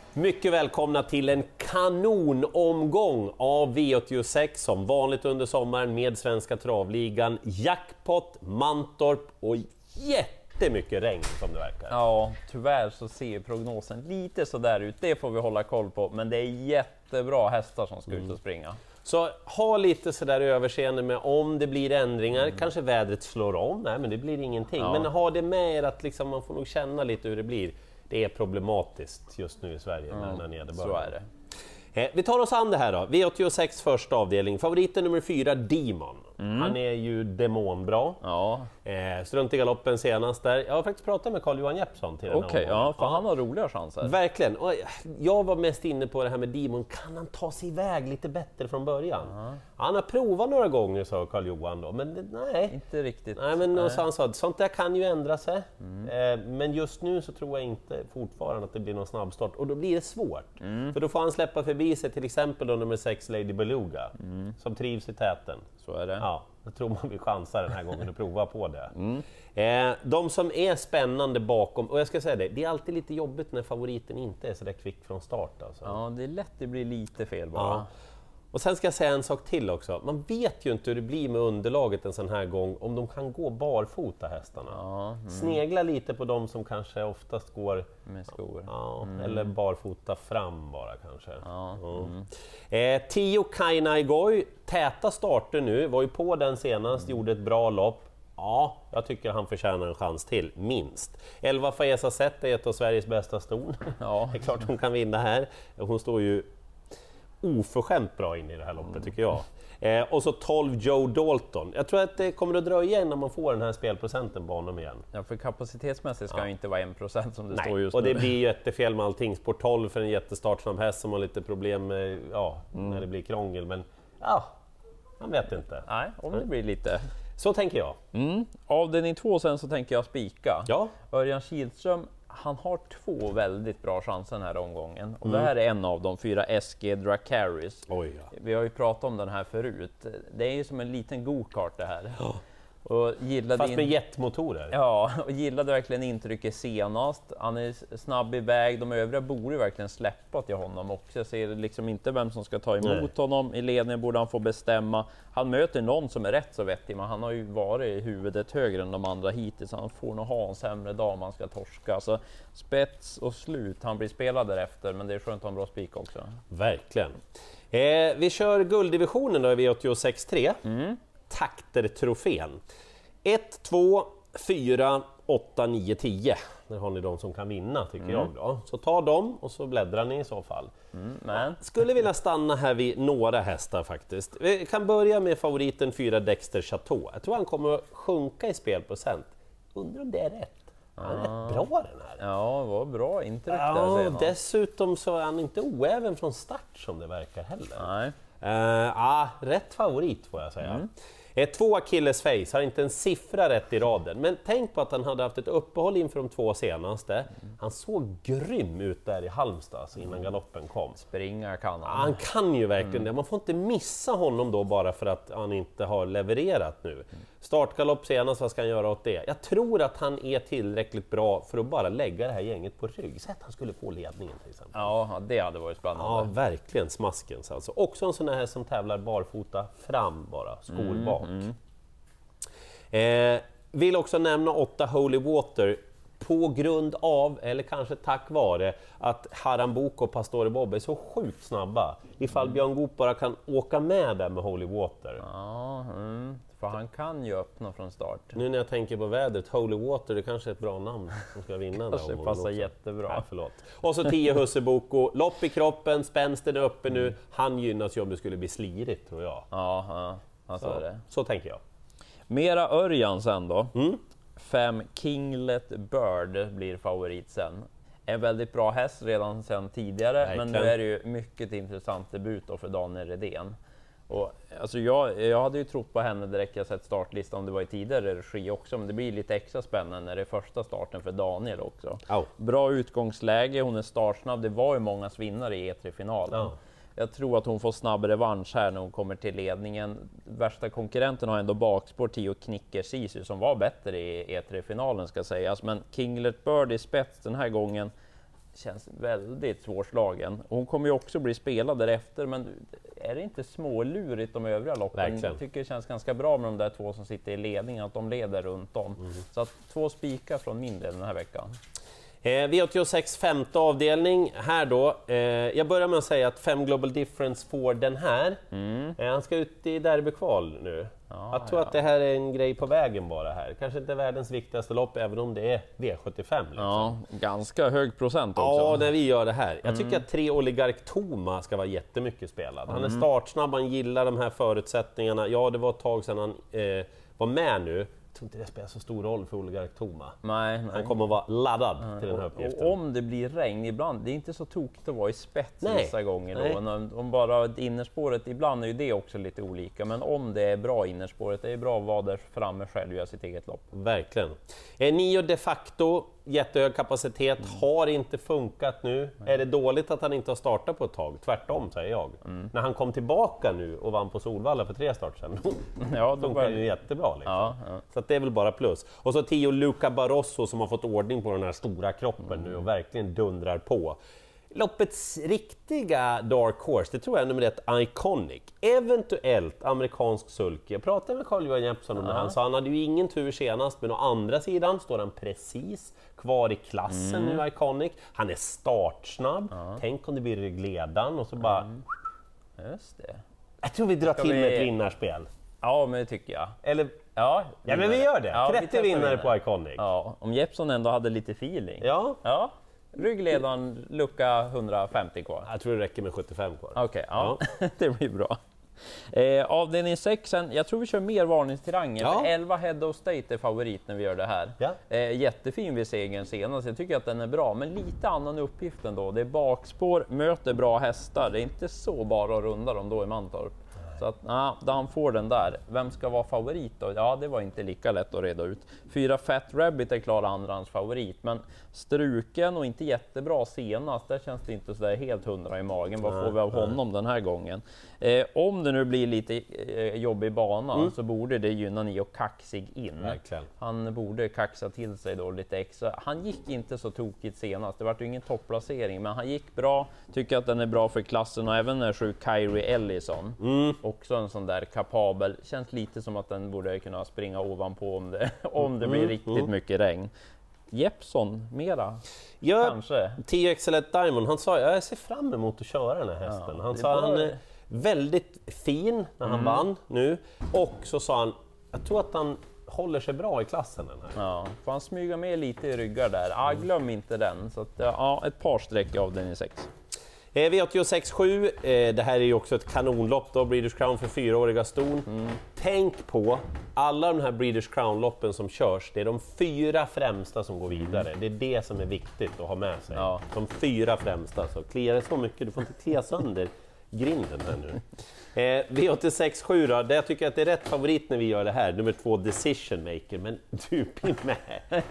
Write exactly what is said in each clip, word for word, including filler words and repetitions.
Mycket välkomna till en kanonomgång av V åttiosex som vanligt under sommaren med Svenska Travligan. Jackpot, Mantorp och jättemycket regn som det verkar. Ja, tyvärr så ser prognosen lite så där ut. Det får vi hålla koll på, men det är jättebra hästar som ska mm. ut och springa. Så ha lite så där överseende med om det blir ändringar, mm. kanske vädret slår om, nej men det blir ingenting. Ja. Men ha det med er att liksom, man får nog känna lite hur det blir. Det är problematiskt just nu i Sverige mm. när nederbörden. Så är det. Eh, vi tar oss an det här då. V åttiosex första avdelning. Favoriten nummer fyra, Demon. Mm. Han är ju demonbra. Ja. Eh, strunt i galoppen senast där. Jag har faktiskt pratat med Carl-Johan Jeppsson till den här Okej, ja, för ja. han har roliga chanser. Verkligen. Och jag var mest inne på det här med Demon. Kan han ta sig iväg lite bättre från början? Uh-huh. Han har provat några gånger, sa Carl-Johan då. Men nej. Inte riktigt. Nej, men nej. Så han sa, sånt där kan ju ändra sig. Mm. Eh, men just nu så tror jag inte fortfarande att det blir någon snabbstart. Och då blir det svårt. Mm. För då får han släppa förbi sig till exempel då nummer sex Lady Beluga. Mm. Som trivs i täten. Så är det. Ja, jag tror man vill chansa den här gången och prova på det. Mm. Eh, de som är spännande bakom, och jag ska säga det, det är alltid lite jobbigt när favoriten inte är så där kvick från start. Alltså. Ja, det är lätt det blir lite fel bara. Ja. Och sen ska jag säga en sak till också. Man vet ju inte hur det blir med underlaget en sån här gång om de kan gå barfota hästarna. Ja, mm. Snegla lite på de som kanske oftast går med skor. Ja, mm. eller barfota fram bara kanske. Ja, mm. eh, Tio Kainaigoy, täta starter nu, var ju på den senast, mm. gjorde ett bra lopp. Ja, jag tycker han förtjänar en chans till, minst. elva Faesa Zet är ett av Sveriges bästa ston. Ja. Det är klart hon kan vinna här. Hon står ju oförskämt bra in i det här loppet mm. tycker jag. Eh, och så tolv Joe Dalton. Jag tror att det kommer att dröja innan man får den här spelprocenten på honom igen. Ja, för kapacitetsmässigt ska ja. inte vara en procent som det Nej. står just och nu. Och det blir jättefel med allting. Sport tolv för en jättestartsam häst som har lite problem med, ja, mm. när det blir krångel. Men ja, man vet inte. Nej, om det blir lite. Så tänker jag. Mm. Avdelning två sen så tänker jag spika. Ja. Örjan Kihlström, han har två väldigt bra chanser den här omgången. Och mm. det här är en av de fyra, S G Dracarys. Oj, ja. Vi har ju pratat om den här förut. Det är ju som en liten go-kart det här. Ja. Och Fast med in... jetmotorer. Ja, och gillade verkligen intrycket senast. Han är snabb iväg. De övriga borde verkligen släppa till honom också. Jag ser liksom inte vem som ska ta emot Nej. honom. I ledningen borde han få bestämma. Han möter någon som är rätt så vettig, men han har ju varit i huvudet högre än de andra hittills. Han får nog ha en sämre dag om han ska torska. Så spets och slut. Han blir spelad därefter, men det är skönt att ha en bra spik också. Verkligen. Eh, vi kör gulddivisionen då i V åttiosex tre. Mm. Takter-trofén. ett, två, fyra, åtta, nio, tio. Där har ni de som kan vinna tycker mm. jag då. Så ta dem och så bläddrar ni i så fall. Mm, men. Skulle vilja stanna här vid några hästar faktiskt. Vi kan börja med favoriten fyra Dexter Chateau. Jag tror han kommer att sjunka i spelprocent. Undrar om det är rätt. Han är ah. rätt bra den här. Ja, vad bra intryck ja, där senare. Dessutom så är han inte oäven från start som det verkar heller. Nej. Uh, ah, rätt favorit får jag säga. Mm. Ett två Achilles Face har inte en siffra rätt i raden, men tänk på att han hade haft ett uppehåll inför de två senaste. Mm. Han såg grym ut där i Halmstad alltså innan galoppen kom. Springa kan han. Ah, han kan ju verkligen mm. det. Man får inte missa honom då bara för att han inte har levererat nu. Mm. Startgalopp senast, vad ska han göra åt det? Jag tror att han är tillräckligt bra för att bara lägga det här gänget på rygg. Så att han skulle få ledningen till exempel. Ja, det hade varit spännande. Ja, verkligen smaskens alltså. Också en sån här som tävlar barfota fram bara, skor mm. bak. Mm. Eh, vill också nämna åtta Holy Water på grund av, eller kanske tack vare, att Harambuco och Pastore Bob är så sjukt snabba. Ifall mm. Björn Goop bara kan åka med där med Holy Water. Ja, mm. för han kan ju öppna från start. Nu när jag tänker på vädret, Holy Water, det kanske är ett bra namn som ska vinna. Det passar jättebra. Nej, förlåt. Och så tio Husseboko, lopp i kroppen, spänsten är uppe nu. Han gynnas ju om det skulle bli slirigt tror jag. Ja, ja. Alltså så, det. så tänker jag. Mera Örjan sen då. Mm. Fem Kinglet Bird blir favorit sen. En väldigt bra häst redan sedan tidigare, Verkligen. men nu är det ju mycket intressant debut då för Daniel Redén. Och, alltså jag, jag hade ju trott på henne direkt jag sett startlistan om det var i tidigare regi också, men det blir lite extra spännande när det är första starten för Daniel också. Oh. Bra utgångsläge, hon är startsnabb, det var ju många vinnare i E tre-finalen. Oh. Jag tror att hon får snabb revansch här när hon kommer till ledningen. Värsta konkurrenten har ändå bakspår tio Knicker Sisu som var bättre i E tre-finalen ska sägas. Men Kinglet Bird i spets den här gången känns väldigt svårslagen. Hon kommer ju också bli spelad därefter, men är det inte smålurigt de övriga loppen? Verkligen. Jag tycker det känns ganska bra med de där två som sitter i ledningen, att de leder runt om. Mm. Så att två spikar från min del den här veckan. Eh, V åttiosex femte avdelning här då. Eh, jag börjar med att säga att fem Global Difference får den här. Mm. Eh, han ska ut i derbykval nu. Ja, jag tror ja. att det här är en grej på vägen bara här. Kanske inte världens viktigaste lopp, även om det är V sjuttiofem. Liksom. Ja, ganska hög procent också. Ja, när vi gör det här. Jag tycker mm. att tre Oligark Toma ska vara jättemycket spelad. Han är startsnabb, han gillar de här förutsättningarna. Ja, det var ett tag sedan han eh, var med nu. Jag tror inte det spelar så stor roll för Oligark Toma. Nej, nej. Han kommer att vara laddad nej. till den här uppgiften. Och om det blir regn ibland, det är inte så tokigt att vara i spets vissa gånger då. Om, om bara innerspåret, ibland är ju det också lite olika, men om det är bra innerspåret, det är bra att vara där framme själv och göra sitt eget lopp. Verkligen. Eh, Nio de facto, jättehög kapacitet, mm. har inte funkat nu. Nej. Är det dåligt att han inte har startat på ett tag? Tvärtom, säger jag. Mm. När han kom tillbaka nu och vann på Solvalla för tre start sedan, ja, då funkar det ju jättebra. Liksom. Ja, ja. Så att det är väl bara plus. Och så tio Luca Barroso som har fått ordning på den här stora kroppen mm. nu och verkligen dundrar på. Loppets riktiga dark horse, det tror jag är nummer ett, Iconic. Eventuellt amerikansk sulky. Jag pratade med Carl-Johan Jeppsson om ja. det här, så han hade ju ingen tur senast, men å andra sidan står han precis kvar i klassen mm. nu, Iconic. Han är startsnabb. Ja. Tänk om det blir ryggledan och så bara... Mm. Just det. Jag tror vi drar Ska till vi... med ett vinnarspel. Ja, men det tycker jag. Eller... Ja, ja, men vi gör det. Ja, trettio vinnare på Iconic. Ja, om Jeppsson ändå hade lite feeling. Ja. Ja. Ryggledaren, lucka hundrafemtio kvar. Jag tror det räcker med sjuttiofem kvar. Okej, okay, ja. ja. Det blir bra. Eh, avdelning sex, jag tror vi kör mer varningstiranger. Ja. elva Head of State är favorit när vi gör det här. Ja. Eh, jättefin vid segern senast, jag tycker att den är bra, men lite annan uppgift ändå. Det är bakspår, möter bra hästar, det är inte så bara att runda dem då i Mantorp. Så att, ja, han får den där. Vem ska vara favorit då? Ja, det var inte lika lätt att reda ut. Fyra Fat Rabbit är klara andrans favorit, men struken och inte jättebra senast. Där känns det inte så där helt hundra i magen. Vad får vi av honom den här gången? Eh, om det nu blir lite eh, jobbig bana mm. så borde det gynna Nio Kaxig in. Verkligen. Han borde kaxa till sig då lite extra. Han gick inte så tokigt senast. Det var ju ingen topplacering, men han gick bra. Tycker att den är bra för klassen, och även när sju Kyrie Ellison. Mm. Också en sån där kapabel. Känns lite som att den borde kunna springa ovanpå om det, om det blir mm. riktigt mm. mycket regn. Jeppsson mera, ja, kanske. tio Excellent Diamond, han sa jag ser fram emot att köra den här hästen. Ja, han sa bara... han är väldigt fin när han mm. vann nu, och så sa han, jag tror att han håller sig bra i klassen den här. Ja, får han smyga med lite i ryggar där. Ah, glöm inte den. Så att, ja, ett par streck av den i sex. Eh, V åttiosex sju, eh, det här är ju också ett kanonlopp då, Breeders Crown för fyraåriga ston. Mm. Tänk på alla de här Breeders Crown-loppen som körs, det är de fyra främsta som går vidare. Det är det som är viktigt att ha med sig. Ja. De fyra främsta, så kliar det så mycket, du får inte klia sönder grinden här nu. Eh, V åttiosex sju då, det jag tycker att det är rätt favorit när vi gör det här, nummer två Decision Maker, men du blir med.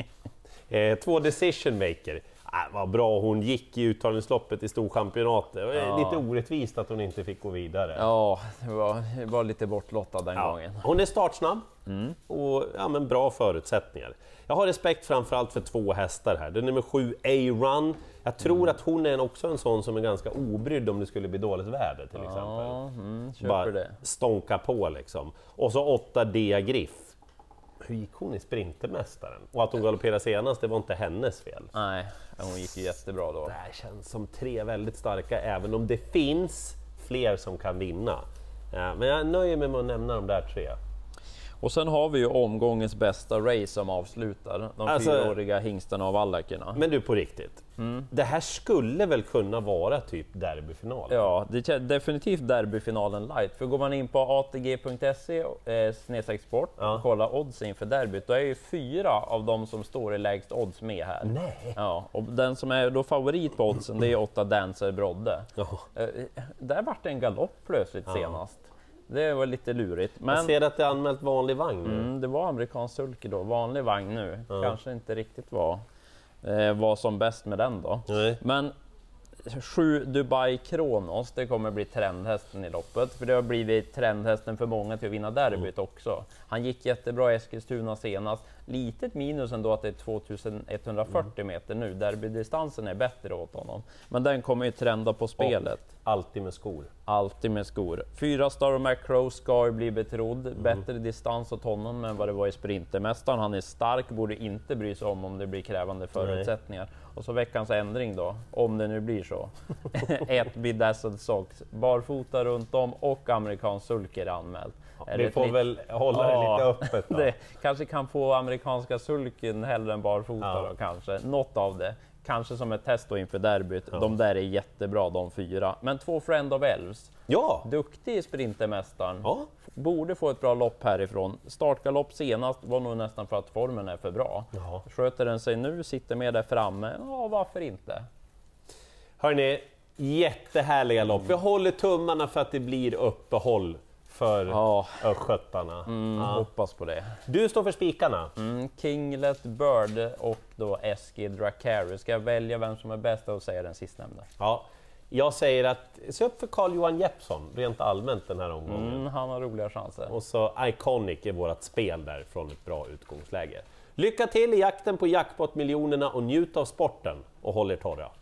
Eh, två Decision Maker. Äh, vad bra hon gick i uttagningsloppet i storchampionatet. Ja. Lite orättvist att hon inte fick gå vidare. Ja, det var, det var lite bortlottad den ja. gången. Hon är startsnabb mm. och ja, men bra förutsättningar. Jag har respekt framförallt för två hästar här. Det är nummer sju A-Run. Jag tror mm. att hon är också en sån som är ganska obrydd om det skulle bli dåligt väder till ja, exempel. Mm, Bara det. Stånka på liksom. Och så åtta Dia-Griff. Hur gick hon i Sprintermästaren? Och att hon galopperade senast, det var inte hennes fel. Nej, hon gick ju jättebra då. Det här känns som tre väldigt starka, även om det finns fler som kan vinna. Ja, men jag nöjer mig med att nämna de där tre. Och sen har vi ju omgångens bästa race som avslutar, de alltså, fyraåriga hingstarna av Allakerna. Men du, på riktigt, mm. det här skulle väl kunna vara typ derbyfinalen? Ja, det är definitivt derbyfinalen light. För går man in på A T G punkt se eh, snedstreck sport ja. och kollar odds inför derbyt, då är ju fyra av de som står i lägst odds med här. Nej. Ja, och den som är då favorit på oddsen, det är åtta Dancer Brodde. Oh. Eh, där vart det en galopp plötsligt ja. senast. Det var lite lurigt. Men jag ser att det är anmält vanlig vagn nu. Mm, det var amerikansk sulky då, vanlig vagn nu. Ja. Kanske inte riktigt var, eh, var som bäst med den då. Nej. Men sju Dubai Kronos, det kommer bli trendhästen i loppet. För det har blivit trendhästen för många till att vinna derbyt mm. också. Han gick jättebra i Eskilstuna senast. Litet minus ändå att det är tvåtusen etthundrafyrtio meter nu, derbydistansen är bättre åt honom. Men den kommer ju trenda på spelet. Och alltid med skor. Alltid med skor. Fyra Star Macro ska ju bli betrodd, mm. bättre distans åt honom än vad det var i Sprintermästaren. Han är stark, borde inte bry sig om om det blir krävande förutsättningar. Nej. Och så veckans ändring då, om det nu blir så. Ett Bedazzled Socks, barfota runt om och amerikansk sulker anmält. Ja, vi får väl hålla ja, det lite öppet då. Det kanske kan få amerikanska sulken hellre än barfota ja. då kanske, något av det. Kanske som ett test då inför derbyt. Ja. De där är jättebra de fyra. Men två Friend of Elves. Ja. Duktig i Sprintermästaren. Ja. Borde få ett bra lopp härifrån. Startgalopp senast var nog nästan för att formen är för bra. Ja. Sköter den sig nu, sitter med där framme. Ja, varför inte? Hörrni, jättehärliga lopp. Vi håller tummarna för att det blir uppehåll för ja. östgötarna. Mm, ja. Hoppas på det. Du står för spikarna. Mm, Kinglet Bird och då S G Dracari. Ska jag välja vem som är bäst och säga den sistnämnda? Ja, jag säger att se upp för Carl-Johan Jeppsson rent allmänt den här omgången. Mm, han har roliga chanser. Och så Iconic är vårt spel där från ett bra utgångsläge. Lycka till i jakten på jackpot-miljonerna och njut av sporten och håll er torra.